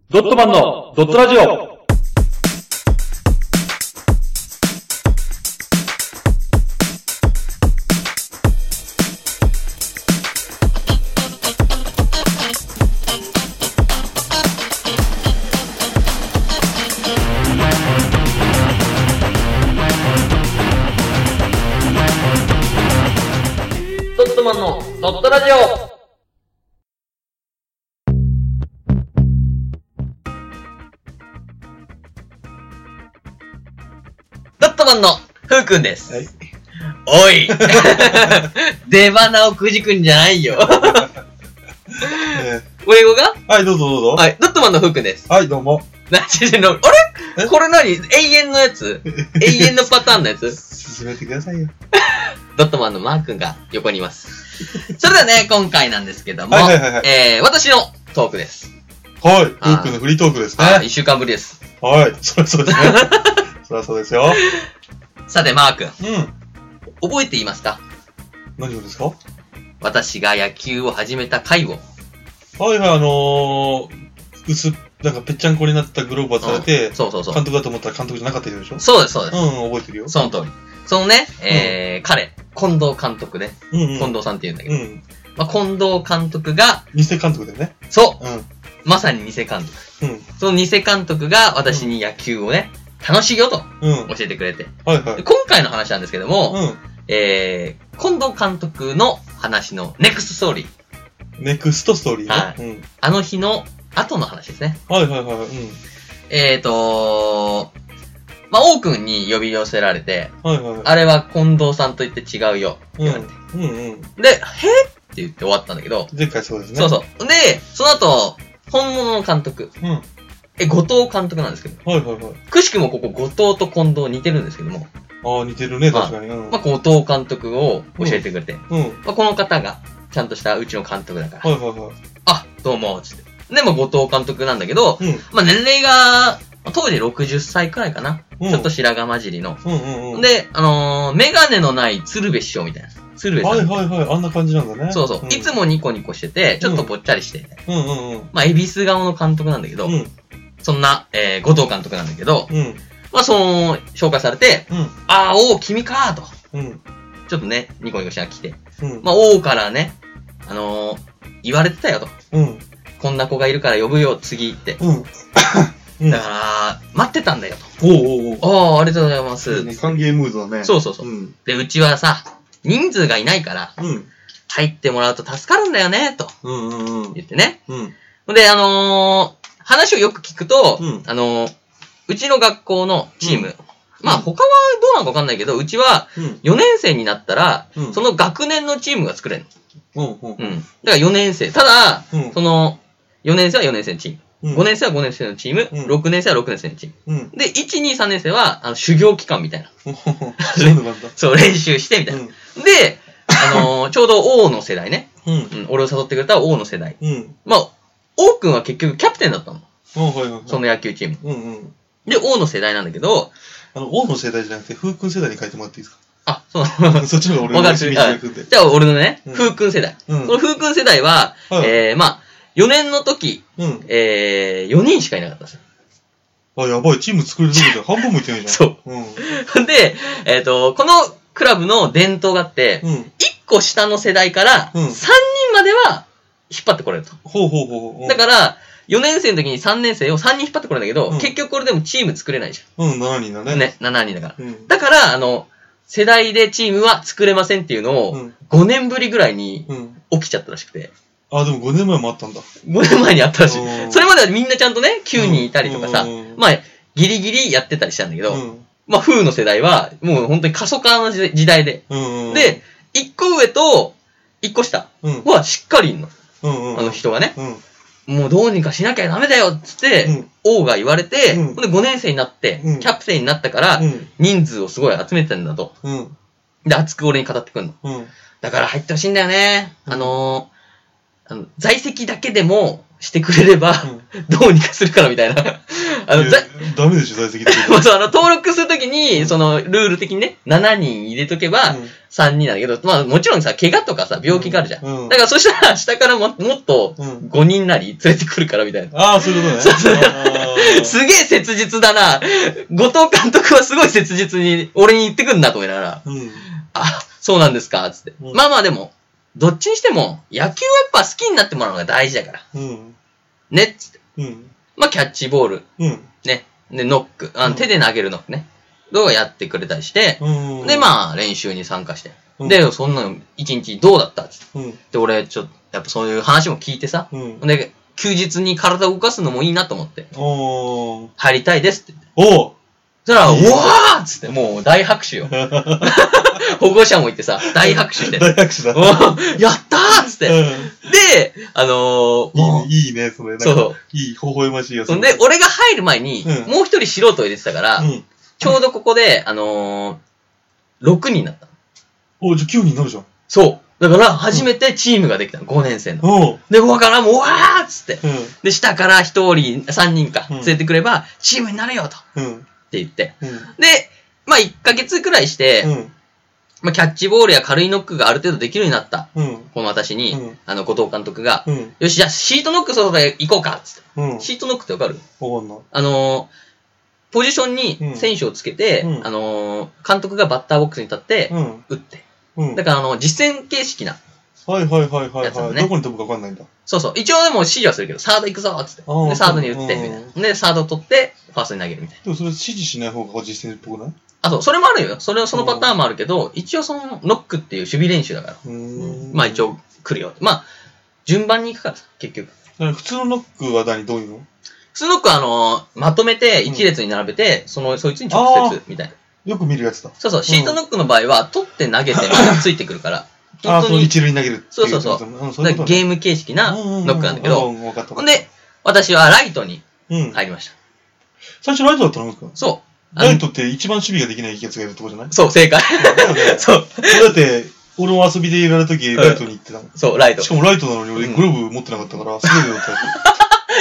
ドットマンのドットラジオ。 ドットマンのドットラジオ。ドットマンのふうくんです。 はい。 おい出花をくじくんじゃないよ。英語がはい、どうぞどうぞ。 はい、ドットマンのふうくんです。 はい、どうも。 あれこれ何永遠のやつ永遠のパターンのやつ進めてくださいよ。 ドットマンのマー君が横にいます。それではね、今回なんですけども、私のトークです。 はい、ふうくんのフリートークですね。 1週間ぶりです。 はい、そりゃそうですね。そりゃそうですよ。 さて、マー君。 うん。 覚えていますか？ 何をですか？ 私が野球を始めた回を。 はいはい、なんかぺっちゃんこになったグローブをされて、 そうそうそう。 監督だと思ったら監督じゃなかったでしょ？ そうです、そうです。 うん、覚えてるよ。 その通り。そのね、彼、近藤監督ね。 うんうん。 近藤さんって言うんだけど。 うん。 まあ、近藤監督が、 偽監督だよね。 そう、 うん。 まさに偽監督。 うん。 その偽監督が私に野球をね、楽しいよとうん。 教えてくれて。 はいはい。 今回の話なんですけども、 うん。 近藤監督の話のネクストストーリー。 ネクストストーリーね。 はいうん。 あの日の後の話ですね。 はいはいはい。うん。 まあ、王くんに呼び寄せられて、 はいはい。 あれは近藤さんと言って違うよ。って言われて。 うんうん。 で、へって言って終わったんだけど、 前回そうですね。 そうそう。で、その後、本物の監督。 うん。はい後藤監督なんですけど、 はいはい。 くしくもここ後藤と近藤似てるんですけども、 ああ、似てるね、確かに。うん。 まあ、後藤監督を教えてくれて、 うん。 まあ、この方がちゃんとしたうちの監督だから、 はいはいはい。 あ、どうも、つって。で、も後藤監督なんだけど、 うん。 まあ、年齢が、当時60歳くらいかな。 うんちょっと白髪混じりの。 うんうんうん。 で、メガネのない鶴瓶師匠みたいな。鶴瓶さん。 はいはいはい。あんな感じなんだね。 そうそう。 ん、 いつもニコニコしてて、ちょっとぽっちゃりして。 うんうんうん。 まあ、恵比寿顔の監督なんだけど、 うん。 そんな、後藤監督なんだけど、 うん。 まあ、紹介されて、 うん。 ああ、王、君かーと。 うん。 ちょっとね、ニコニコしながら来て。 うん。 まあ、王からね、言われてたよと。 うん。 こんな子がいるから呼ぶよ、次って。 うん。 だから、待ってたんだよおうおうおう。 と。ああ、ありがとうございます。 歓迎ムードだね。 そうそうそう。 うん。 で、うちはさ、人数がいないから、 うん。 入ってもらうと助かるんだよね、とうんうんうん。 言ってね。 うん。 で、話をよく聞くと、 うんうちの学校のチーム、まあ他はどうなのかわかんないけど、うちはうん。 4年生になったら、 うんその学年のチームが作れるの。 うん。 うん。だから4年生。ただ、 うん。 その、4年生は4年生のチーム。 うん。 5年生は5年生のチーム。 うん 6年生は6年生のチーム。 うん。 で、1、2、3年生は、修行期間みたいな。 そういうのがあんだ。 そう、練習して、みたいな。 うん。 で、ちょうど王の世代ね。 うん。 うん、俺を誘ってくれた王の世代。 うん。 まあ、王くんは結局キャプテンだったの。 はいはいはい。 その野球チーム。 うんうん。 で、王の世代なんだけど、 王の世代じゃなくて、風君世代に書いてもらっていいですあ、そう。 か？そっちの方が俺のわかる道が行くんで。 じゃあ、俺のね、 うん風君世代。 うん。 この風君世代は、 はいまあ、4年の時、 うん。 4人しかいなかったんですよ。 あ、やばい。チーム作れるとこじゃん。半分もいってないじゃん。 そう。 うん。 で、このクラブの伝統があって、 うん。 1個下の世代からうん 3人までは引っ張ってこれると。 ほうほうほうほう。 だから、4年生の時に3年生を3人引っ張ってこれるんだけど、 うん結局これでもチーム作れないじうん、7人だゃん。 ね。。 ね、7人だから。 うん。 だから、世代でチームは作れませんっていうのを、 うん。 5年ぶりぐらいにうん。 起きちゃったらしくて、 あ、でも5年前もあったんだ。 5年前にあったらしい。 うんそれまではみんなちゃんとね、9人いたりとかさ、 うんまあ、ギリギリやってたりしたんだけど、 うん。 まあ、風の世代は、もう本当に過疎化の時代で、 うん。 で、1個上と1個下うん。 はしっかりいんの。 うん。 あの人がね。 うん。 もうどうにかしなきゃダメだよっつって、 うん王が言われて、 うんで5年生になって、 うんキャプテンになったから、 うん。 人数をすごい集めてんだと。 うん。 で、熱く俺に語ってくんの。 うん。 だから入ってほしいんだよね。 うん在籍だけでも、 してくれれば、どうにかするからみたいな。 ダメでしょ、在籍で。 登録するときに、ルール的にね、7人入れとけば、3人なんだけど、まあもちろんさ、怪我とかさ、病気があるじゃん。だからそしたら、下からもっと、5人なり連れてくるからみたいな。 ああ、そういうことね。 すげえ切実だな。後藤監督はすごい切実に、俺に言ってくんなと思いながら、あ、そうなんですか、つって。まあまあでも、どっちにしても、野球はやっぱ好きになってもらうのが大事だから。ねっつって。まあ、キャッチボール。ね。で、ノック。手で投げるノックね。どうやってくれたりして、で、まあ、練習に参加して。で、そんなの、一日どうだったっつって。で、俺、やっぱそういう話も聞いてさ。で、休日に体を動かすのもいいなと思って。入りたいですって言って。そしたら、うわーっつって、もう大拍手よ。保護者もいてさ、大拍手して。 大拍手だ。 やったーっつって。で、 いいね、それ。そう。いい、微笑ましいよ。 で、俺が入る前に、もう一人素人を入れてたから、ちょうどここで、6人になった。 じゃあ9人になるじゃん。 そう。だから、初めてチームができたの、5年生の。で、上からもう、わーっつって。で、下から1人、3人か、連れてくれば、チームになるよと。って言って。で、まあ1ヶ月くらいして、まあキャッチボールや軽いノックがある程度できるようになった。この私に、後藤監督が、よし、じゃあシートノックそろそろ行こうかっつって。シートノックってわかる？ わかんない。 ポジションに選手をつけて、監督がバッターボックスに立って、打って。だから実戦形式な。 はい。どこに飛ぶかわかんないんだ。 そうそう。一応でも指示はするけど、サード行くぞっつって。で、サードに打って、みたいな。で、サード取って、ファーストに投げるみたいな。 でもそれ指示しない方が実践っぽくない？ あと、それもあるよ。そのパターンもあるけど、一応ノックっていう守備練習だから。まあ一応来るよ。まあ、順番に行くからさ、結局。 普通のノックはどういうの？ 普通ノックはまとめて一列に並べて、そいつに直接、みたいな。 よく見るやつだ。 そうそう。シートノックの場合は、取って投げてついてくるから。 本当に一塁に投げる。 そう。ゲーム形式なノックなんだけど、ほんで、私はライトに入りました。 最初ライトだったのか？ そう。 ライトって一番守備ができないやつがいるとこじゃない？ そう、正解。そう。 だって、俺も遊びでいられるとき、ライトに行ってたの。 そう、ライト。 しかもライトなのに俺グローブ持ってなかったから、素手で打った。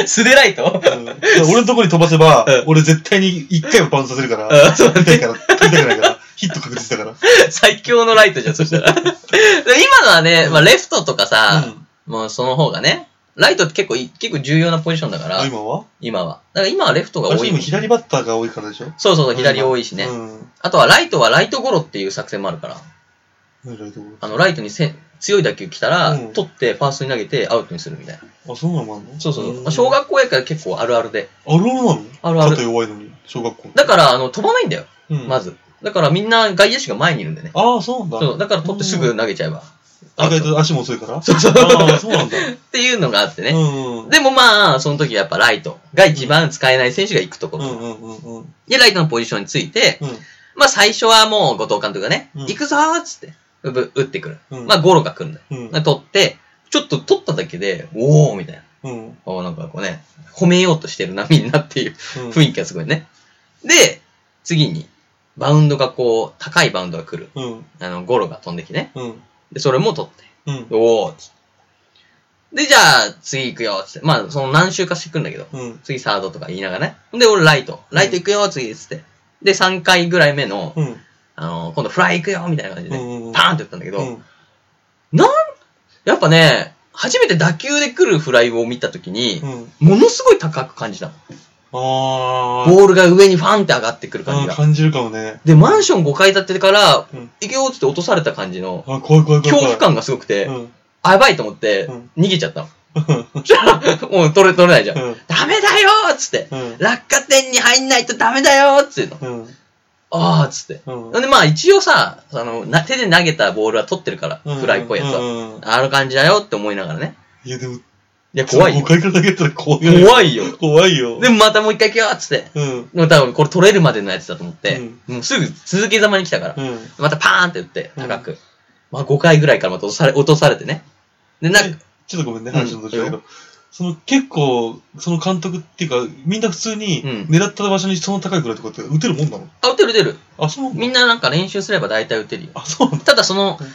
素手ライト？ 俺のとこに飛ばせば、俺絶対に一回はバウンドさせるから、取りたいから、取りたくないから。ヒット確実だから。最強のライトじゃん、そしたら。今のはね、まあ、レフトとかさ、もうその方がね、ライトって結構重要なポジションだから。 今は。 だから今はレフトが多い。 左バッターが多いからでしょ？ そう、左多いしね。あとはライトゴロっていう作戦もあるから。ライトに強い打球来たら、取ってファーストに投げてアウトにするみたいな。 あ、そうなのあんの？ そう。小学校やから結構あるあるで。 あるあるなの？ あるある。 肩弱いのに、小学校。 だから、飛ばないんだよ。まず。だからみんな外野手が前にいるんでね。 ああ、そうなんだ。 そう、だから取ってすぐ投げちゃえば。 意外と足も遅いから？ そう。 ああ、そうなんだ。 っていうのがあってね。でもまあ、その時やっぱライトが一番使えない選手が行くところ。で、ライトのポジションについて、まあ最初はもう後藤監督がね、行くぞーっつって、打ってくる。まあゴロが来るんだよ。取って、ちょっと取っただけで、おーみたいな。なんかこうね、褒めようとしてるな、みんなっていう雰囲気がすごいね。で、次に、バウンドが高いバウンドが来る。ゴロが飛んできてね。で、それも取って。おーっつって。で、じゃあ、次行くよっつって。まあ、何周かしてくんだけど。次サードとか言いながらね。で、俺ライト行くよ次っつって。で、3回ぐらい目の、今度フライ行くよみたいな感じで、パーンって言ったんだけど、やっぱね、初めて打球で来るフライを見たときに、ものすごい高く感じたの。ボールが上にファンって上がってくる感じが。 感じるかもね。 で、マンション5階建てから、行けよって落とされた感じの、恐怖感がすごくて、やばいと思って、逃げちゃったの。そしたら、もう取れないじゃん。ダメだよーっつって、落下点に入んないとダメだよーっつっての。あーっつって。で、まあ一応さ、手で投げたボールは取ってるから、フライっぽいやつは。あの感じだよって思いながらね。 いやでも、 怖いよ。 5回から投げたら怖いよ。 怖いよ。 でもまたもう一回行くよっつって。多分これ取れるまでのやつだと思って、もうすぐ続けざまに来たから、またパーンって打って、高く。まあ5回ぐらいからまた落とされてね。で、 ちょっとごめんね、話の途中だけど。結構、その監督っていうか、みんな普通に、狙った場所にその高いくらいとかって打てるもんなの？ 打てる。 あ、そうなんだ。 みんななんか練習すれば大体打てるよ。 あ、そうなんだ。 ただ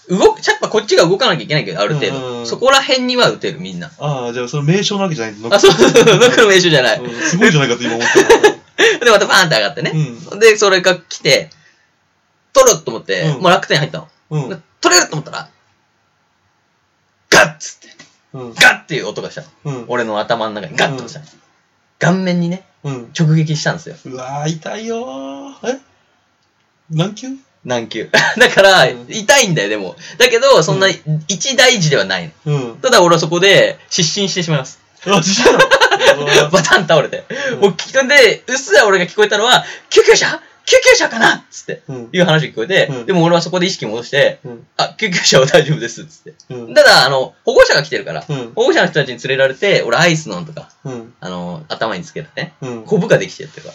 やっぱこっちが動かなきゃいけないけど、ある程度。そこら辺には打てる、みんな。 ああ、じゃあその名称なわけじゃないんだ。あ、そう、ノックの名称じゃない。 すごいじゃないかと今思ってた。で、またバーンって上がってね。で、それが来て、取ると思って、もう楽天入ったの。取れると思ったら、ガッつって、ガッっていう音がしたの。俺の頭の中にガッとしたの。顔面にね、直撃したんですよ。 うわー、痛いよー。何球？ 何球。だから、痛いんだよ、でも。だけど、そんな一大事ではないの。ただ俺はそこで失神してしまいます。 あ、失神なのバタン倒れて。もう聞くんで、うっすら俺が聞こえたのは、救急車かなつって、いう話が聞こえて、でも俺はそこで意識戻して、あ、救急車は大丈夫です、つって。ただ、保護者が来てるから、保護者の人たちに連れられて、俺アイスのんとか、頭につけてね、コブができてやってるから。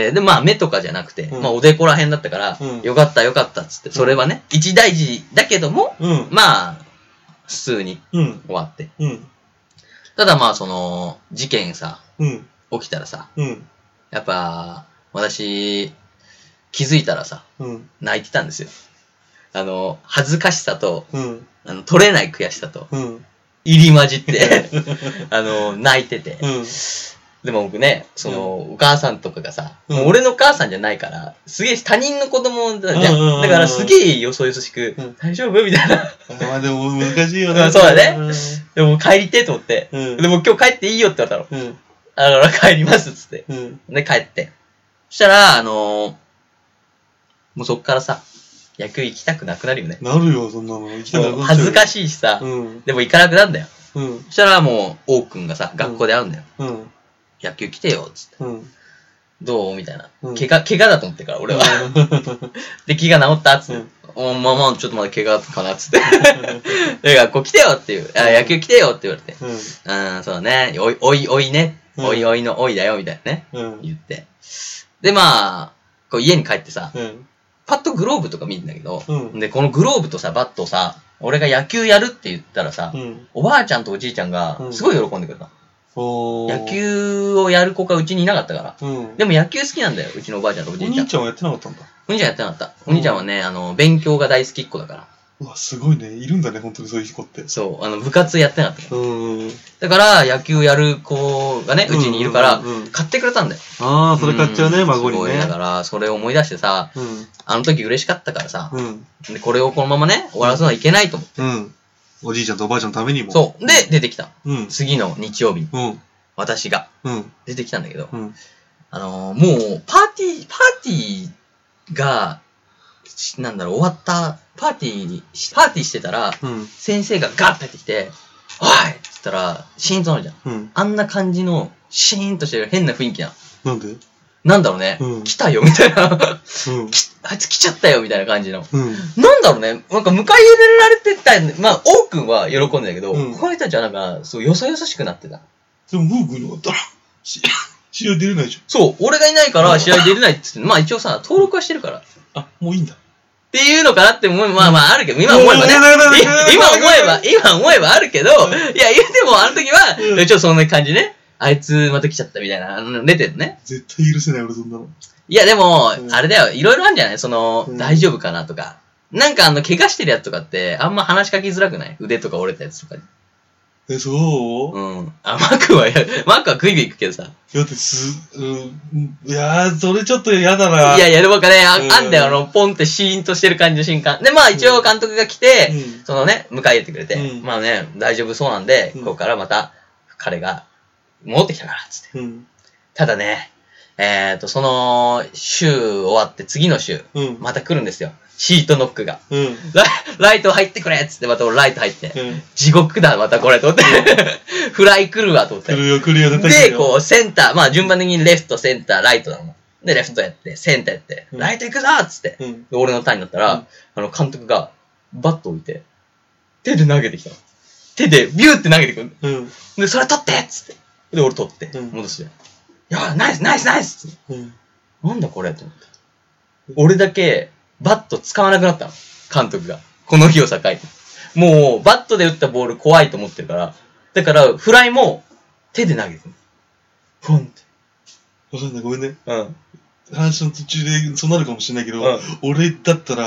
で、まあ目とかじゃなくて、まあおでこら辺だったから、よかった、つって、それはね、一大事だけども、まあ、普通に終わって。ただまあ、事件さ、起きたらさ、やっぱ、私、気づいたらさ、泣いてたんですよ。恥ずかしさと、取れない悔しさと、入り混じって、泣いてて。でも僕ね、お母さんとかがさ、もう俺の母さんじゃないから、すげえ他人の子供だじゃん。だからすげえよそよそしく、大丈夫みたいな。 まあでも難しいよね。 そうだね。でも帰りてと思って。でも今日帰っていいよって言われたの。だから帰りますっつって。で、帰って。そしたら、もうそっからさ、野球行きたくなくなるよね。 なるよ、そんなの。行きたくなくなっちゃう。 恥ずかしいしさ、でも行かなくなるんだよ。そしたらもう、王くんがさ、学校で会うんだよ。野球来てよ、つって。どうみたいな。怪我だと思ってるから、俺は。で、気が治ったつって。まあ、ちょっとまだ怪我かな、つって。で、学校来てよっていう。野球来てよって言われて。そうね。おいね。おいのおいだよ、みたいなね。言って。で、まあ、こう家に帰ってさ、パッとグローブとか見るんだけど、で、このグローブとさ、バットをさ、俺が野球やるって言ったらさ、おばあちゃんとおじいちゃんがすごい喜んでくれた。野球をやる子がうちにいなかったから。でも野球好きなんだよ、うちのおばあちゃんとおじいちゃん。 お兄ちゃんはやってなかったんだ。 お兄ちゃんやってなかった。お兄ちゃんはね、勉強が大好きっ子だから。 うわ、すごいね。いるんだね、本当にそういう子って。 そう、部活やってなかったから。だから、野球やる子がね、うちにいるから、買ってくれたんだよ。 ああ、それ買っちゃうね、孫にね。 だから、それを思い出してさ、あの時嬉しかったからさ、で、これをこのままね、終わらすのはいけないと思って。 おじいちゃんとおばあちゃんのためにも。 そう。で、出てきた。次の日曜日に。私が。出てきたんだけど、もう、パーティーが、なんだろう、終わった、パーティーしてたら、先生がガッと入ってきて、おいって言ったら、シーンとなるじゃん。あんな感じの、シーンとしてる変な雰囲気なの。なんでなんだろうね、来たよ、みたいな。あいつ来ちゃったよ、みたいな感じの。なんだろうね、なんか迎え入れられてた、まあ、王くんは喜んでたけど、他の人たちはなんか、そう、よそよそしくなってた。 でも、王くんいなかったら、試合出れないじゃん。 そう、俺がいないから試合出れないって言って、まあ一応さ、登録はしてるから。 あ、もういいんだ。 っていうのかなって思う、まああるけど、今思えばね。今思えばあるけど、いや、言うてもあの時は、ちょっとそんな感じね。あいつまた来ちゃったみたいな、出てるね。 絶対許せない俺そんなの。 いや、でも、あれだよ、いろいろあるんじゃない大丈夫かなとか。なんか怪我してるやつとかって、あんま話しかけづらくない腕とか折れたやつとかに。 そうマックはグイグイ行くけどさ。 だっていやー、それちょっと嫌だな。 いや、でもね、あんだよ、ポンってシーンとしてる感じの瞬間。で、まあ一応監督が来て、迎え入れてくれて、まあね、大丈夫そうなんで、ここからまた、彼が戻ってきたから、つって。ただね、その週終わって次の週、また来るんですよ。シートノックが。ライト入ってくれっつってまた俺ライト入って。地獄だ、またこれと思って。フライ来るわと思って。 来るよ、絶対。 で、こう、センター、まあ順番的にレフト、センター、ライトなの。で、レフトやって、センターやって、ライト行くぞっつって。で、俺のターンになったら、監督がバット置いて、手で投げてきたの。手でビューって投げてくる。で、それ取ってっつって。で、俺取って、戻して。いや、ナイスっつって。なんだこれと思って。俺だけ、バット使わなくなったの。監督が。この日を境に。もう、バットで打ったボール怖いと思ってるから。だから、フライも手で投げてる。ふんって。 わかんない、ごめんね。話の途中でそうなるかもしれないけど、俺だったら、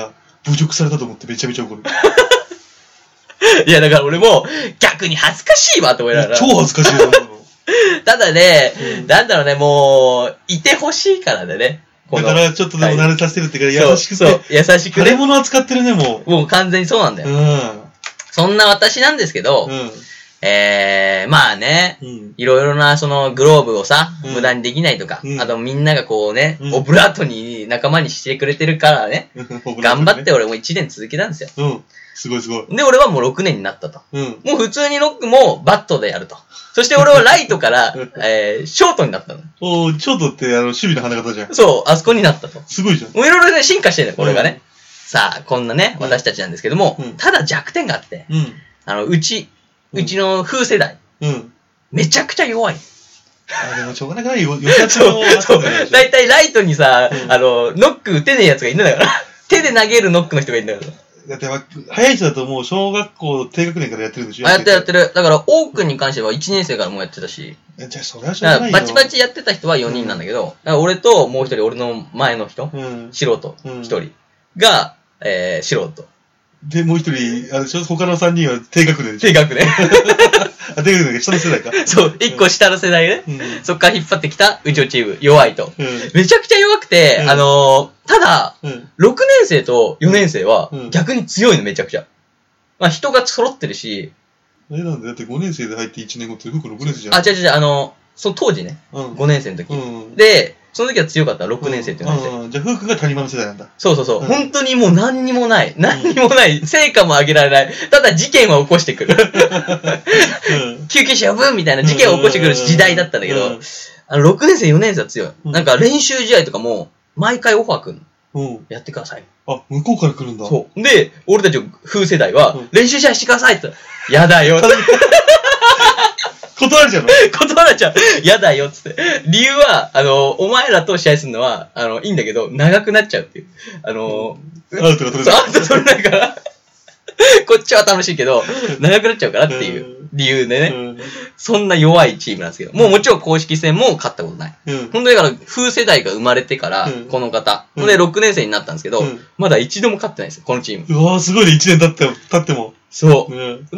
侮辱されたと思ってめちゃめちゃ怒る。 いや、だから俺も逆に恥ずかしいわと思いながら。 超恥ずかしいよ。 ただね、なんだろうね、もう、いてほしいからでね。 だからちょっとでも慣れさせてるっていうか、優しくて。 そう、優しくね。 腫れ物扱ってるね、もう。 もう完全にそうなんだよ。そんな私なんですけど、まあね、いろいろなそのグローブをさ、無駄にできないとか、あとみんながこうね、オブラートに仲間にしてくれてるからね、頑張って俺も1年続けたんですよ。 すごいすごい。 で、俺はもう6年になったと。もう普通にノックもバットでやると。そして俺はライトから、ショートになったの。 ショートって守備の花形じゃん。 そう、あそこになったと。 すごいじゃん。 もういろいろね、進化してるの、これがね。さあ、こんなね、私たちなんですけども、ただ弱点があって、うちの風世代、めちゃくちゃ弱い。 でもしょうがないよ。そう。 だいたいライトにさ、ノック打てねえやつがいるんだから。手で投げるノックの人がいるんだから。 だって、早い人だともう小学校低学年からやってるんでしょ？ やってる。だから、オークンに関しては1年生からもうやってたし。 じゃあ、それはしょうがないよ。 バチバチやってた人は4人なんだけど、だから俺ともう一人、俺の前の人、素人、1人が、素人。 で、もう一人、他の3人は低学年でしょ？ 低学年。 低学年が下の世代か。 そう、1個下の世代ね。そっから引っ張ってきたうちのチーム、弱いと。めちゃくちゃ弱くて、ただ、6年生と4年生は逆に強いの、めちゃくちゃ。まあ人が揃ってるし。 なんでだって5年生で入って1年後って僕6年生じゃん。 違う、その当時ね。5年生の時。で、その時は強かった、6年生って4年生。 じゃあ、フー君が谷間の世代なんだ。 そう。本当にもう何にもない。成果も上げられない。ただ事件は起こしてくる。救急車呼ぶみたいな事件を起こしてくる時代だったんだけど、6年生、4年生は強い。なんか練習試合とかも、毎回オファー来るの。やってください。 あ、向こうから来るんだ。 そう。で、俺たち風世代は、練習試合してくださいって言ったら、やだよ。 断られちゃうの？ 断られちゃう。やだよ、つって。理由は、お前らと試合するのは、いいんだけど、長くなっちゃうっていう。アウトが取れない。 アウト取れないから。こっちは楽しいけど、長くなっちゃうからっていう理由でね。そんな弱いチームなんですけど、もうもちろん公式戦も勝ったことない。本当だから、風世代が生まれてから、この方。で、6年生になったんですけど、まだ一度も勝ってないんですよ、このチーム。 うわー、すごいね、1年経っても。 そう。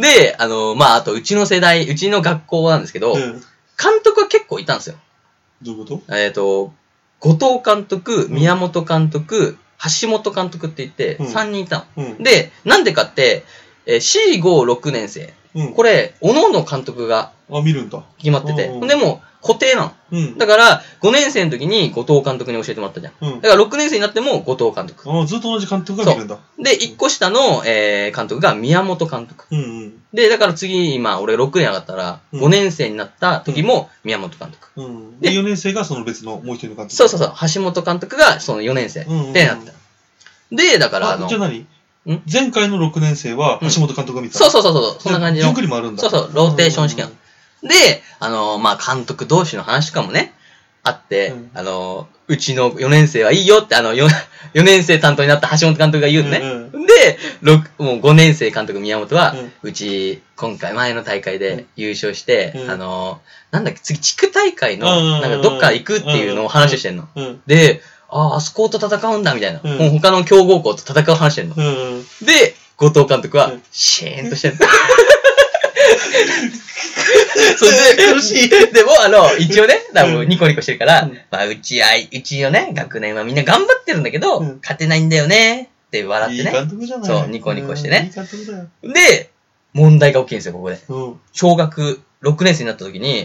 で、まあ、あと、うちの世代、うちの学校なんですけど、監督は結構いたんですよ。 どういうこと？ 後藤監督、宮本監督、橋本監督って言って、3人いたの。で、なんでかって、4、5、6年生。これ、各々監督が、 見るんだ。 決まってて。でも、固定なの。だから、5年生の時に後藤監督に教えてもらったじゃん。だから6年生になっても後藤監督。 ずっと同じ監督が見るんだ。 で、1個下の、監督が宮本監督。で、だから次、今、俺6年上がったら、5年生になった時も宮本監督。 で、4年生がその別のもう一人の監督。 そう。橋本監督がその4年生ってなった。で、だからじゃあ何？前回の6年生は橋本監督が見た。 そう。そんな感じの。 順繰りもあるんだ。 そう、ローテーション試験。で、まあ、監督同士の話とかもね、あって、うちの4年生はいいよって、4年生担当になった橋本監督が言うのね。で、もう5年生監督宮本は、うち、今回前の大会で優勝して、なんだっけ、次地区大会の、なんかどっか行くっていうのを話してんの。で、あそこと戦うんだみたいな。もう他の強豪校と戦う話してんの。で、後藤監督は、シーンとしてんの。苦しい。でも、一応ね、多分ニコニコしてるから、まあ、うちのね、学年はみんな頑張ってるんだけど、勝てないんだよね、って笑ってね。 いい監督じゃない。 そう、ニコニコしてね。 いい監督だよ。 で、問題が起きるんですよ、ここで。小学6年生になった時に、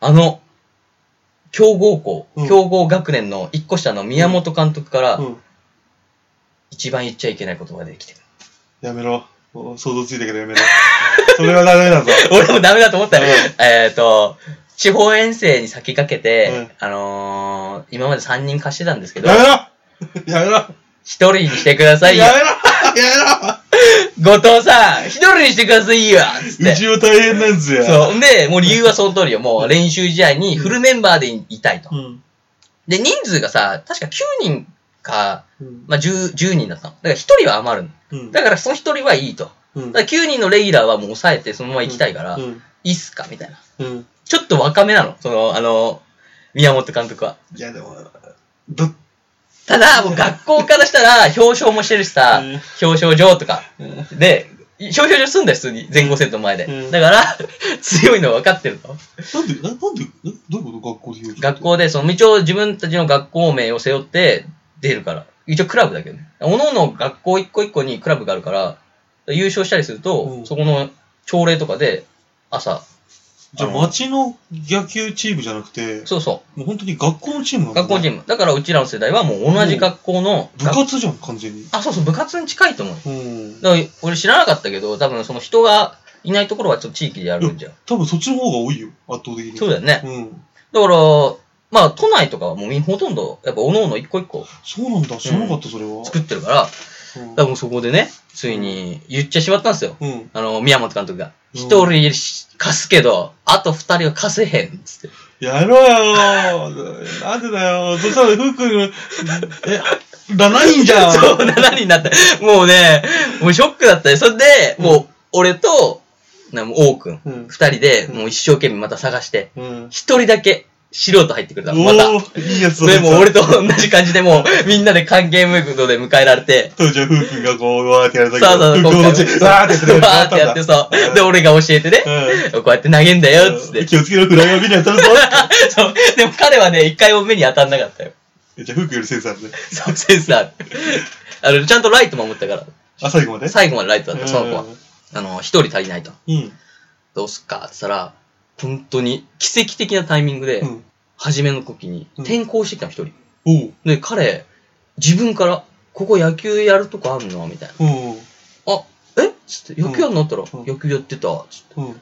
強豪学年の1個下の宮本監督から、一番言っちゃいけない言葉が出てきてる。 やめろ。想像ついたけどやめろ。それはダメだぞ。 俺もダメだと思ったよ。地方遠征に先駆けて、今まで3人貸してたんですけど、 やめろ1 人にしてくださいよ。 やめろ後藤さん、1人にしてくださいよつって。 うちは大変なんですよ。 そう。で、もう理由はその通りよ。もう練習試合にフルメンバーでいたいと。で、人数がさ、確か9人か、まあ、10人だったの。だから1人は余るの。だからその1人はいいと。だから9人のレギュラーはもう抑えてそのまま行きたいから、いいっすかみたいな。ちょっと若めなの。宮本監督は。 いやでも、 ただ、もう学校からしたら表彰もしてるしさ、表彰状とか。で、表彰状すんだよ、普通に。全校生徒の前で。だから、強いの分かってるの。 なんで、どういうこと学校で学校で、一応自分たちの学校名を背負って出るから。一応クラブだけどね。おのおの学校一個一個にクラブがあるから、優勝したりすると、そこの朝礼とかで、朝。 じゃあ町の野球チームじゃなくて、 そうそう。 もう本当に学校のチームなんだ、ね。 学校チーム。だからうちらの世代はもう同じ学校の。 部活じゃん、完全に。 あ、そうそう、部活に近いと思う。だから俺知らなかったけど、多分その人がいないところはちょっと地域でやるんじゃん。 多分そっちの方が多いよ、圧倒的に。 そうだよね。だから、まあ都内とかはもうほとんど、やっぱ各々一個一個。 そうなんだ、知らなかった、それは。 作ってるから、だからもうそこでね、ついに言っちゃしまったんですよ。宮本監督が。一人貸すけど、あと二人は貸せへん、つって。 やろうよー。なんでだよ。そしたら、ふうくん、7人じゃん。 そう、7人になった。もうね、もうショックだったよ。それで、もう、俺と、王くん、二人で、もう一生懸命また探して、一人だけ、素人入ってくれたの。また。 いいやつでも俺と同じ感じでもう、みんなで歓迎ムードで迎えられて。 当時はふうくんがこう、わーってやるときそうそう、 わーってやってそう。で、俺が教えてね。こうやって投げんだよ、つって。 気をつけろ、フライを見に当たるぞ。 そう。でも彼はね、一回も目に当たんなかったよ。 じゃあ、ふうくんよりセンスあるね。 そう、センスある。ちゃんとライト守ったから。 あ、最後まで最後までライトだった、その子は。一人足りないと。どうすっかって言ったら、本当に奇跡的なタイミングで、初めの時に転校してきたの、一人。で、彼、自分から、ここ野球やるとこあんのみたいな。あ、えつって、野球やんのって言ったら、野球やってた。つって。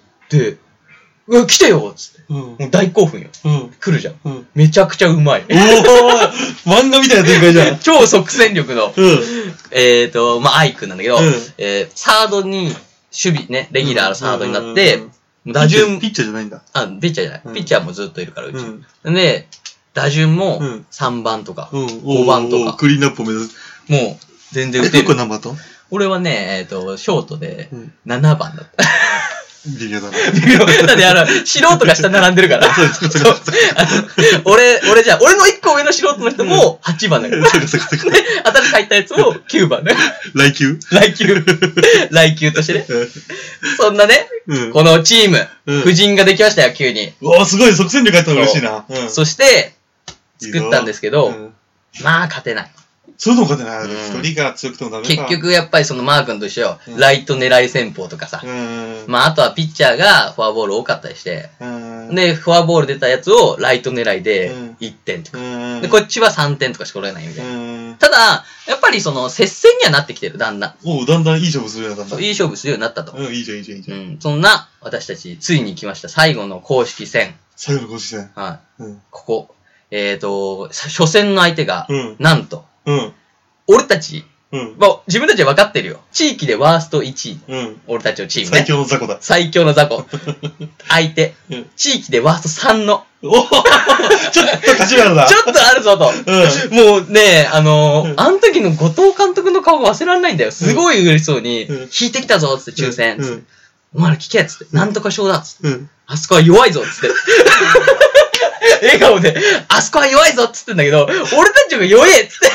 で、うわ、来てよつって。もう大興奮よ。来るじゃん。めちゃくちゃうまい。 漫画みたいな展開じゃん。 超即戦力の、まあ、アイくんなんだけど、サードに、守備ね、レギュラーのサードになって、打順、 ピッチャーじゃないんだ。 あ、ピッチャーじゃない。ピッチャーもずっといるから、うち。で、打順も3番とか、5番とか。 クリーンアップを目指す。 もう、全然打てる。 どこ何番と俺はね、ショートで7番だった。 微妙だな。 だって素人が下並んでるから。そう俺じゃあ、俺の1個上の素人の人も8番だから。で、新しく入ったやつも9番ね。 来球としてね。そんなね、このチーム、布陣ができましたよ、急に。 うわ、すごい、即戦力あったの嬉しいな。 そして、作ったんですけど、まあ、勝てない。 そういうの勝てない。一人が強くてもダメか。 結局やっぱりそのマー君と一緒よ。ライト狙い戦法とかさ。まああとはピッチャーがフォアボール多かったりして。で、フォアボール出たやつをライト狙いで1点とか。で、こっちは3点とかしか取れないみたいな。ただ、やっぱりその接戦にはなってきてる、だんだん。 だんだんいい勝負するようになったんだ。 いい勝負するようになったと。 いいじゃん、いいじゃん、いいじゃん。 そんな私たちついに来ました。最後の公式戦。 最後の公式戦。 はい。ここ。初戦の相手が、なんと、俺たち、まあ、自分たちは分かってるよ。地域でワースト1位。俺たちのチームね。 最強の雑魚だ。 最強の雑魚。相手。地域でワースト3の。 ちょっと勝ちがあるな。 ちょっとあるぞと。もうね、あの時の後藤監督の顔が忘れられないんだよ。すごい嬉しそうに、引いてきたぞつって抽選。お前ら聞けつって。なんとか賞だつって。あそこは弱いぞつって。笑顔で、あそこは弱いぞっつってんだけど、俺たちが弱えっつって。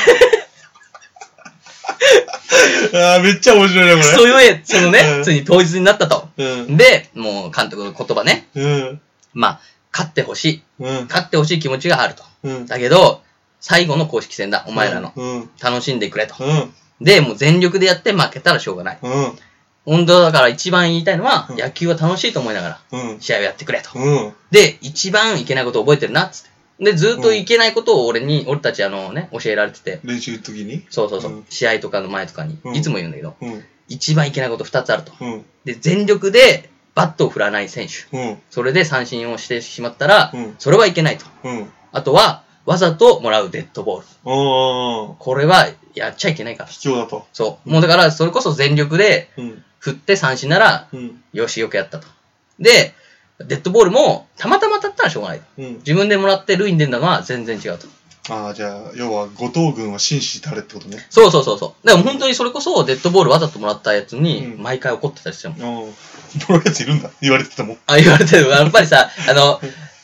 めっちゃ面白いね、これ。 そう弱え、そのね、ついに当日になったと。で、もう監督の言葉ね。まあ、勝ってほしい。勝ってほしい気持ちがあると。だけど、最後の公式戦だ、お前らの。楽しんでくれと。で、もう全力でやって負けたらしょうがない。本当だから一番言いたいのは、野球は楽しいと思いながら、試合をやってくれと。で、一番いけないことを覚えてるな、っつって。で、ずっといけないことを俺たち教えられてて。 練習の時にそう。試合とかの前とかに、いつも言うんだけど、一番いけないこと2つあると。で、全力でバットを振らない選手。それで三振をしてしまったら、それはいけないと。あとは、わざともらうデッドボール。これはやっちゃいけないから。 卑怯だと。 そう。もうだから、それこそ全力で、振って三振なら、よし、よくやったと。で、デッドボールも、たまたま当たったらしょうがない。自分でもらって塁に出るのは全然違うと。 じゃあ、要は、後藤軍は紳士たれってことね。 そう。でも本当にそれこそ、デッドボールわざともらったやつに、毎回怒ってたりしても。 もらうやついるんだ。言われてたもん。 言われてる。やっぱりさ、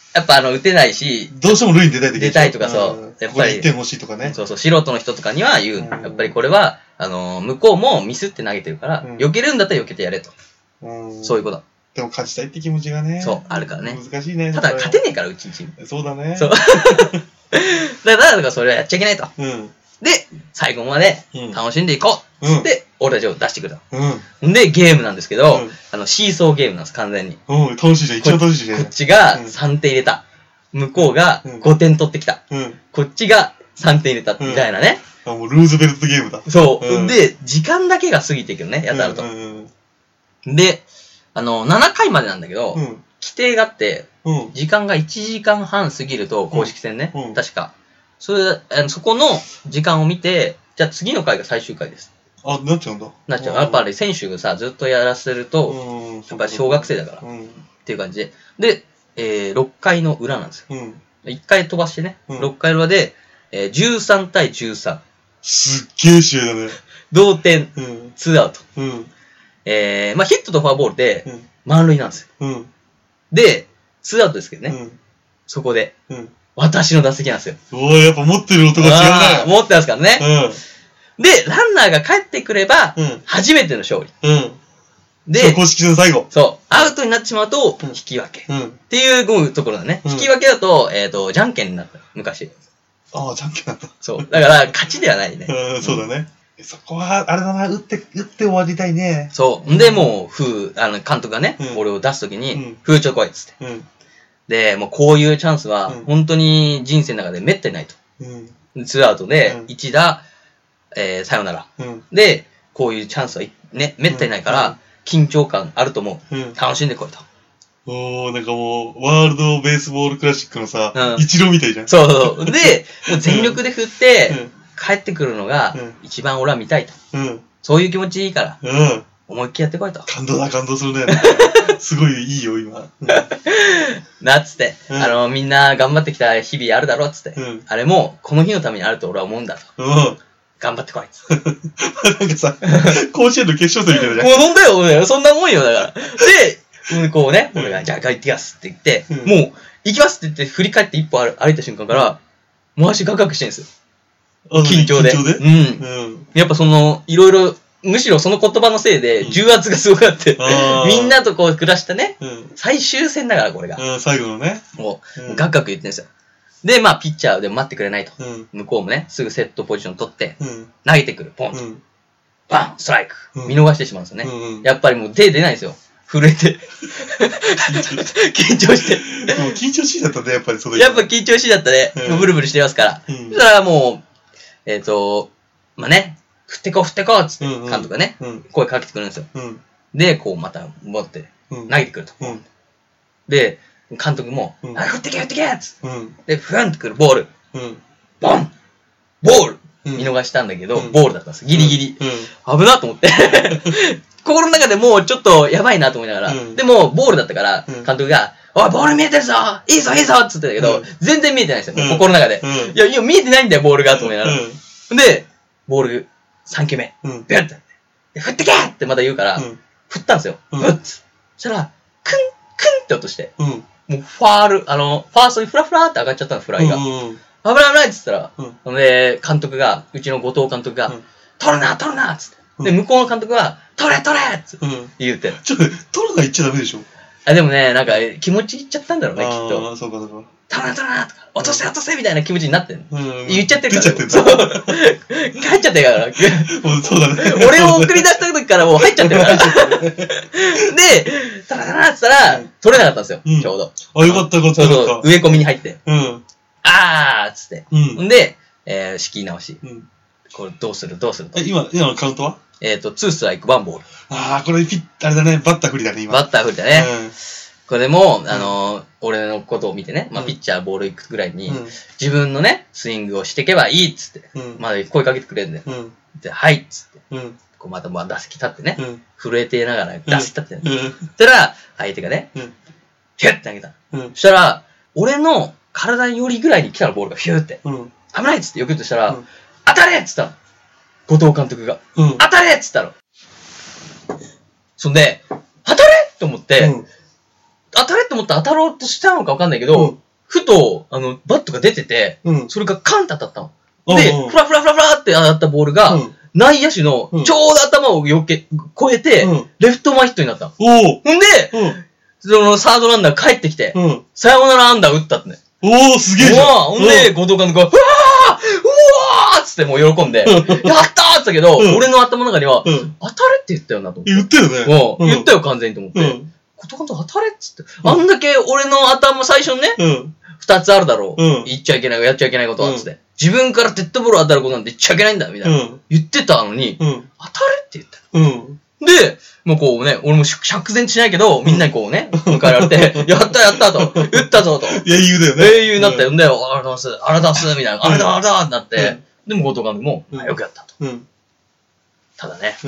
やっぱ打てないし、 どうしても塁に出たい出たいとかそう。 やっぱり。1点欲しいとかね。 そうそう、素人の人とかには言う。やっぱりこれは、向こうもミスって投げてるから、避けるんだったら避けてやれと。そういうこと。 でも勝ちたいって気持ちがね。 そう、あるからね。 難しいね。 ただ勝てねえから、うちのチーム。 そうだね。 そう。だからそれはやっちゃいけないと。で、最後まで楽しんでいこうつって、俺たちを出してくれた。で、ゲームなんですけど、シーソーゲームなんです、完全に。 楽しいじゃん、一番楽しいじゃん。 こっちが3点入れた。向こうが5点取ってきた。こっちが3点入れたみたいなね。 もうルーズベルトゲームだ。 そう。で、時間だけが過ぎていくのね、やたらと。で、7回までなんだけど、規定があって、時間が1時間半過ぎると、公式戦ね、確か。そこの時間を見て、じゃあ次の回が最終回です。 なっちゃうんだ。 なっちゃう。やっぱり選手がさ、ずっとやらせると、やっぱり小学生だから、っていう感じで。で、6回の裏なんですよ。1回飛ばしてね、6回裏で、13対13。 すっげえ試合だね。 同点、2アウト。ヒットとフォアボールで、満塁なんですよ。で、2アウトですけどね。そこで、私の打席なんですよ。 やっぱ持ってる男が違うね。 持ってますからね。で、ランナーが帰ってくれば、初めての勝利。 で、公式戦最後。 そう。アウトになってしまうと、引き分け。っていうところだね。引き分けだと、じゃんけんになった。昔。 じゃんけんなんだ。 そう。だから、勝ちではないね。 そうだね。そこは、あれだな、打って終わりたいね。 そう。で、もう、監督がね、俺を出すときに、ちょ来いっつって。で、もうこういうチャンスは、本当に人生の中でめったにないと。2アウトで、1打、さよなら。で、こういうチャンスはね、めったにないから、緊張感あると思う。楽しんでこいと。 なんかもう、ワールドベースボールクラシックのさ、一郎みたいじゃん。 そうそう。で、もう全力で振って、帰ってくるのが、一番俺は見たいと。そういう気持ちいいから、思いっきりやってこいと。 感動するね。すごいいいよ、今。 なっつって、みんな頑張ってきた日々あるだろっつって。あれも、この日のためにあると俺は思うんだと。頑張ってこいっつって。 なんかさ、甲子園の決勝戦みたいなじゃん。もうほんだよ、そんなもんよ、だから。で、こうね、俺が、じゃあ行ってきますって言って、もう、行きますって言って振り返って一歩歩いた瞬間から、もう足ガクガクしてるんですよ。緊張で。やっぱいろいろ、むしろその言葉のせいで重圧がすごくあって、みんなとこう暮らしたね、最終戦だからこれが。 最後のね。 もう、ガクガク言ってるんですよ。で、ピッチャーでも待ってくれないと。向こうもね、すぐセットポジション取って、投げてくる、ポン。バンストライク見逃してしまうんですよね。やっぱりもう手出ないんですよ。震えて。緊張して。 もう緊張しいだったね、やっぱりそのやっぱ緊張しいだったね。ブルブルしてますから。そしたらもう、ね、振ってこうっつって、監督がね、声かけてくるんですよ。で、こうまた持って、投げてくると。で、監督も、振ってけっつって。で、ふんってくるボール。ボンボール見逃したんだけど、ボールだったんです。ギリギリ。危なと思って。心の中でもうちょっとやばいなと思いながら。でも、ボールだったから、監督が、おい、ボール見えてるぞいいぞっつってたけど、全然見えてないんですよ。心の中で。いや、見えてないんだよ、ボールがと思いながら。で、ボール、3球目。ビュンって。振ってけってまた言うから、振ったんですよ。そしたら、クンって落として。もうファール、ファーストにフラフラって上がっちゃったの、フライが。危ないって言ったら、で、監督が、うちの後藤監督が、取るなっつって。で、向こうの監督が、取れって言って。 ちょっと、取るな言っちゃダメでしょ。 でもね、なんか気持ちいっちゃったんだろうね、きっと。 そうか。 取るなとか、落とせみたいな気持ちになってる。言っちゃってるから。 出ちゃってる。 そう。帰っちゃってるから。 そうだね。 俺を送り出した時からもう入っちゃってるから。で、取るなって言ったら、取れなかったんですよ、ちょうど。 よかった。 そう、植え込みに入って。っつって。で、仕切り直し。これどうすると。 今のカウントは 2ストライク、1ボール。 これあれだね、バッター不利だね、今。 バッター不利だね。これでも、俺のことを見てね、ピッチャーボール行くぐらいに、自分のね、スイングをしていけばいいっつって、まだ声かけてくれるんだよ。で、はいっつって、こうまた打席立ってね、震えてながら打席立ってね。そしたら、相手がね、ヒュッて投げた。そしたら、俺の体よりぐらいに来たの、ボールがヒューって。危ないっつってよく言うとしたら、当たれっつったの。後藤監督が。当たれっつったの。そんで、当たれと思って、 当たれって思ったら当たろうとしたのかわかんないけど、ふと、バットが出てて、それがカンって当たったの。で、フラフラフラフラって当たったボールが、内野手のちょうど頭を越えて、レフト前ヒットになったの。ほんで、そのサードランナー帰ってきて、サヨナラアンダー打ったってね。 すげえじゃん。 ほんで、後藤監督が、うわーつってもう喜んで、やったーって言ったけど、俺の頭の中には、当たれって言ったよなと思って。 言ったよね。 言ったよ完全にと思って。後藤監督当たれっつって。あんだけ俺の頭最初にね、二つあるだろう。言っちゃいけない、やっちゃいけないことは、つって。自分からデッドボール当たることなんて言っちゃいけないんだ、みたいな。言ってたのに、当たれって言った。で、もうこうね、俺も釈然としないけど、みんなにこうね、迎えられて、やったやったと、打ったぞと。 英雄だよね。 英雄になったよ。んだよ、あらだす、あらだす、みたいな。あれだ、あれだってなって、でも後藤監督も、よくやったと。ただね、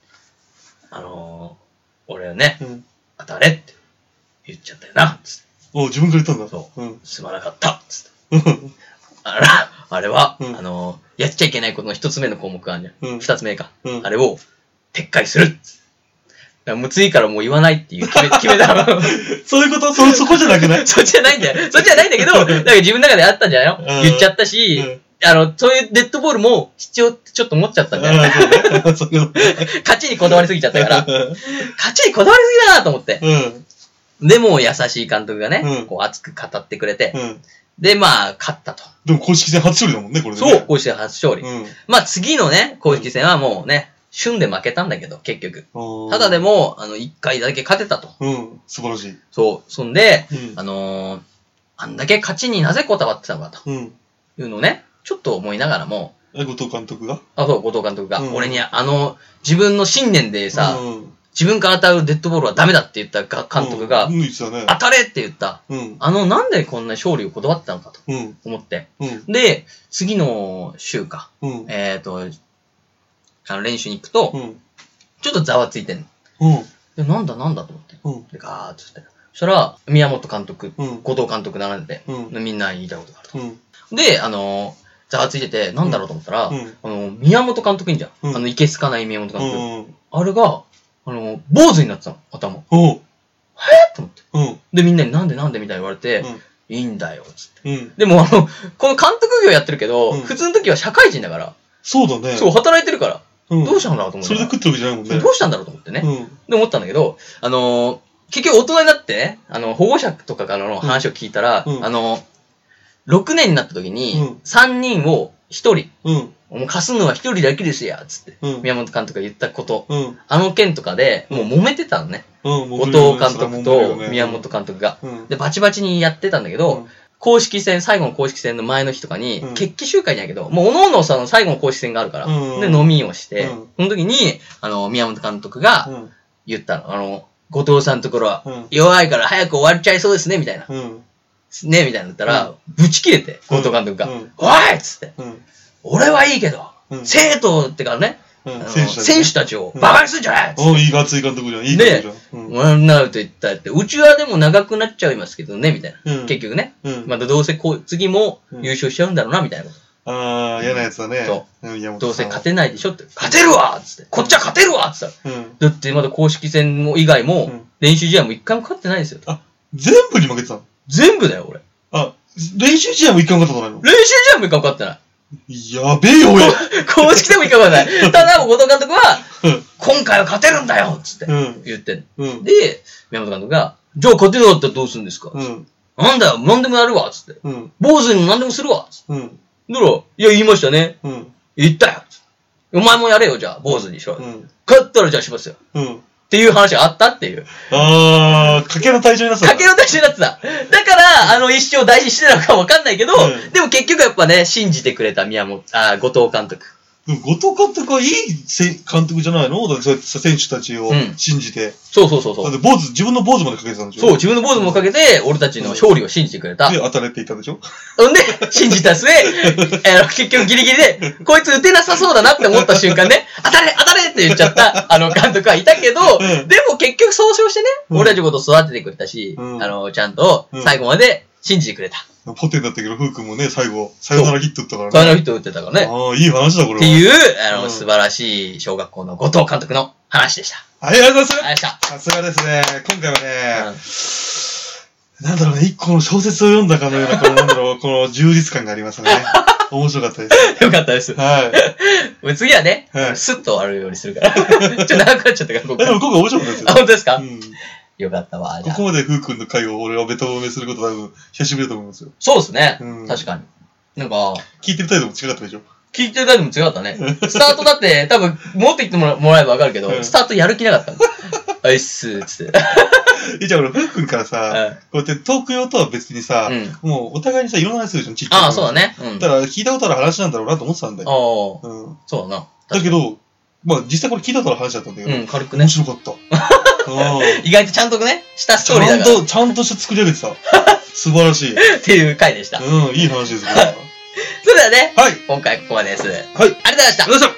俺はね、当たれって言っちゃったよな、つって。 自分から言ったんだ。 そう。すまなかった、つって。あれは、やっちゃいけないことの一つ目の項目があるじゃん。二つ目か。あれを、撤回する。もう次からもう言わないっていう決めた。 そういうことそこじゃなくないそっちじゃないんだよ。そっちじゃないんだけど、なんか自分の中であったんじゃないの言っちゃったし、そういうデッドボールも必要ってちょっと思っちゃったんだよ。勝ちにこだわりすぎちゃったから、勝ちにこだわりすぎだなと思って。でも優しい監督がね、こう熱く語ってくれて、で、まあ、勝ったと。 でも公式戦初勝利だもんね、これね。 そう、公式戦初勝利。まあ次のね、公式戦はもうね、旬で負けたんだけど、結局。ただでも、一回だけ勝てたと。 素晴らしい。 そう。そんで、あんだけ勝ちになぜこだわってたのかと。いうのをね、ちょっと思いながらも。 後藤監督がそう、後藤監督が。俺に自分の信念でさ、自分から当たるデッドボールはダメだって言った監督が、当たれって言った。なんでこんな勝利をこだわってたのかと思って。で、次の週か。練習に行くと、ちょっとざわついてんの。で、なんだと思って。で、ガーッとして。そしたら、宮本監督、後藤監督並んでて、みんな言いたいことがあると。で、ざわついてて、なんだろうと思ったら、宮本監督いいんじゃん。いけすかない宮本監督。あれが、坊主になってたの、頭。へぇと思って。で、みんなになんでみたいに言われて、いいんだよ、つって。でも、この監督業やってるけど、普通の時は社会人だから。 そうだね。 そう、働いてるから。どうしたんだろうと思って。 それで食ってるわけじゃないもんね。 どうしたんだろうと思ってね。で思ったんだけど、結局大人になってね、保護者とかからの話を聞いたら、6年になった時に、3人を1人、もう貸すのは1人だけですや、つって、宮本監督が言ったこと、件とかで、もう揉めてたのね。後藤監督と宮本監督が。で、バチバチにやってたんだけど、最後の公式戦の前の日とかに、決起集会じゃないけど、もう各々最後の公式戦があるから、で、飲みをして、その時に、宮本監督が言ったの。後藤さんのところは、弱いから早く終わっちゃいそうですね、みたいな。ね、みたいな言ったら、ぶち切れて、後藤監督が、おいっつって、俺はいいけど、生徒ってからね、選手たちをバカにするんじゃないいい熱い監督じゃん。いい監督じゃん。 で、なると言ったって、うちはでも長くなっちゃいますけどね、みたいな。結局ね。またどうせ次も優勝しちゃうんだろうな、みたいなこと。 嫌なやつだね。 そう。どうせ勝てないでしょって。勝てるわっつって。こっちは勝てるわっつったら。だってまだ公式戦以外も、練習試合も一回も勝ってないですよ。 全部に負けてたの？ 全部だよ、俺。 練習試合も一回も勝ったことないの？ 練習試合も一回も勝ってない。 やべえよ、俺。 公式でも一回も勝ってない。ただ、後藤監督は、今回は勝てるんだよっつって言ってる。で、宮本監督が、じゃあ勝てなかったらどうするんですかなんだよ、何でもやるわっつって。坊主にも何でもするわっつって。だから、いや、言いましたね。言ったよ。お前もやれよ、じゃあ、坊主にしろ。勝ったらじゃあしますよ。っていう話があったっていう。 賭けの対象になってた。 賭けの対象になってた。だから、一生大事にしてたのかわかんないけど、でも結局やっぱね、信じてくれた後藤監督。 でも後藤監督はいい監督じゃないの？だってそうやって選手たちを信じて。 そう。だって自分の坊主までかけてたんでしょ？ そう、自分の坊主もかけて、俺たちの勝利を信じてくれた。 で、当たれって言ったでしょ？ んで、信じた末、結局ギリギリで、こいつ打てなさそうだなって思った瞬間ね、当たれって言っちゃった、監督はいたけど、でも結局総称してね、俺たちのことを育ててくれたし、ちゃんと最後まで信じてくれた。 ポテンだったけど、フー君もね、最後、サヨナラヒット打ったからね。 サヨナラヒット打ってたからね。 いい話だ、これは。 っていう、素晴らしい小学校の後藤監督の話でした。 ありがとうございます。 ありがとうございました。 さすがですね。今回はね、 なんだろうね、一個の小説を読んだかのような、なんだろう、この充実感がありますね。面白かったです。 よかったです。はい。次はね、スッと終わるようにするから。ちょっと長くなっちゃったから、 でも今回面白かったですよ。 あ、本当ですか？うん。よかったわ。 ここまでふうくんの回を俺はベタ褒めすること多分、久しぶりだと思いますよ。 そうですね。確かに。なんか、 聞いてる態度も違かったでしょ？ 聞いてる態度も違かったね。スタートだって、多分、持ってきてもらえばわかるけど、スタートやる気なかったの。あいっすー、つって。 じゃあ俺、ふうくんからさ、こうやってトーク用とは別にさ、もうお互いにさ、いろんな話するじゃん、ちっちゃい。 ああ、そうだね。 だから聞いたことある話なんだろうなと思ってたんだよ。 そうだな。 だけど、まあ実際これ聞いたことある話だったんだけど、 軽くね。 面白かった。 意外とちゃんとね、したストーリーだから。 ちゃんとして作り上げてた。素晴らしい。 っていう回でした。 いい話ですね。 それではね、今回ここまでです。はい。ありがとうございました。 ありがとうございました。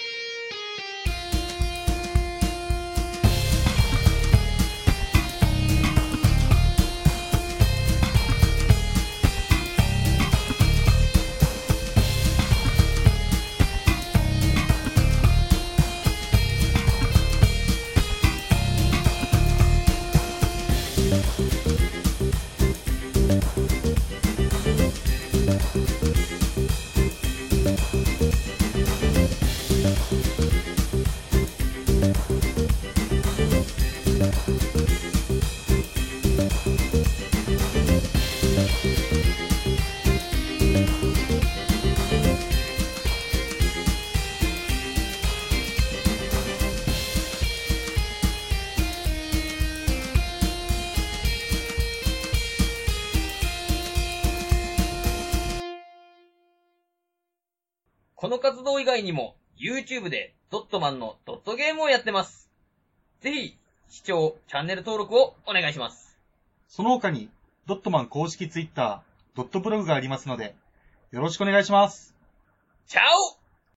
この活動以外にも YouTube でドットマンのドットゲームをやってます。ぜひ視聴、チャンネル登録をお願いします。 その他にドットマン公式 Twitter、ドットブログがありますのでよろしくお願いします。 チャオ